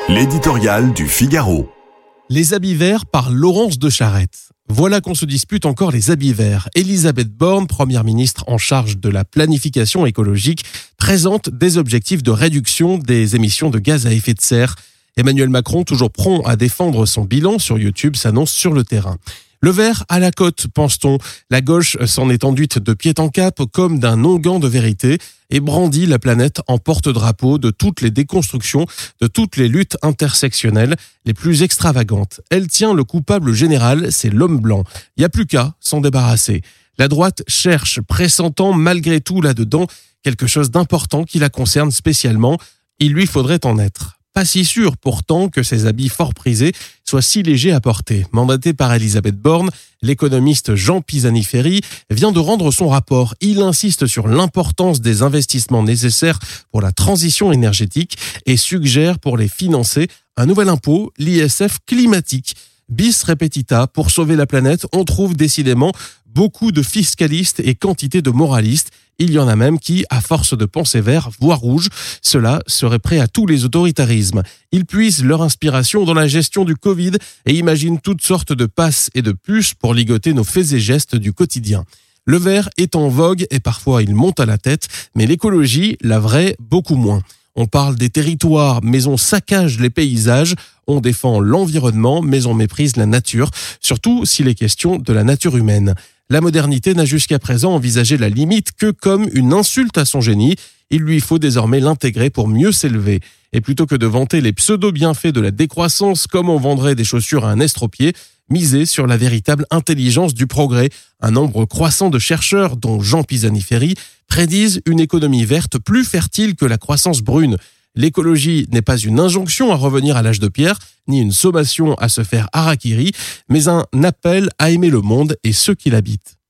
L'éditorial du Figaro. Les habits verts par Laurence de Charette. Voilà qu'on se dispute encore les habits verts. Elisabeth Borne, première ministre en charge de la planification écologique, présente des objectifs de réduction des émissions de gaz à effet de serre. Emmanuel Macron, toujours prompt à défendre son bilan sur YouTube, s'annonce sur le terrain. Le vert à la côte, pense-t-on. La gauche s'en est enduite de pied en cap comme d'un onguent de vérité et brandit la planète en porte-drapeau de toutes les déconstructions, de toutes les luttes intersectionnelles les plus extravagantes. Elle tient le coupable général, c'est l'homme blanc. Il n'y a plus qu'à s'en débarrasser. La droite cherche, pressentant malgré tout là-dedans quelque chose d'important qui la concerne spécialement. Il lui faudrait en être. Pas si sûr pourtant que ces habits fort prisés soient si légers à porter. Mandaté par Elisabeth Borne, l'économiste Jean Pisani-Ferry vient de rendre son rapport. Il insiste sur l'importance des investissements nécessaires pour la transition énergétique et suggère pour les financer un nouvel impôt, l'ISF climatique. Bis repetita, pour sauver la planète, on trouve décidément beaucoup de fiscalistes et quantité de moralistes. Il y en a même qui, à force de penser vert, voient rouge. Cela serait prêt à tous les autoritarismes. Ils puisent leur inspiration dans la gestion du Covid et imaginent toutes sortes de passes et de puces pour ligoter nos faits et gestes du quotidien. Le vert est en vogue et parfois il monte à la tête, mais l'écologie, la vraie, beaucoup moins. On parle des territoires, mais on saccage les paysages. On défend l'environnement, mais on méprise la nature, surtout s'il est question de la nature humaine. La modernité n'a jusqu'à présent envisagé la limite que comme une insulte à son génie. Il lui faut désormais l'intégrer pour mieux s'élever. Et plutôt que de vanter les pseudo-bienfaits de la décroissance comme on vendrait des chaussures à un estropié, miser sur la véritable intelligence du progrès. Un nombre croissant de chercheurs, dont Jean Pisani-Ferry, prédisent une économie verte plus fertile que la croissance brune. L'écologie n'est pas une injonction à revenir à l'âge de pierre, ni une sommation à se faire harakiri, mais un appel à aimer le monde et ceux qui l'habitent.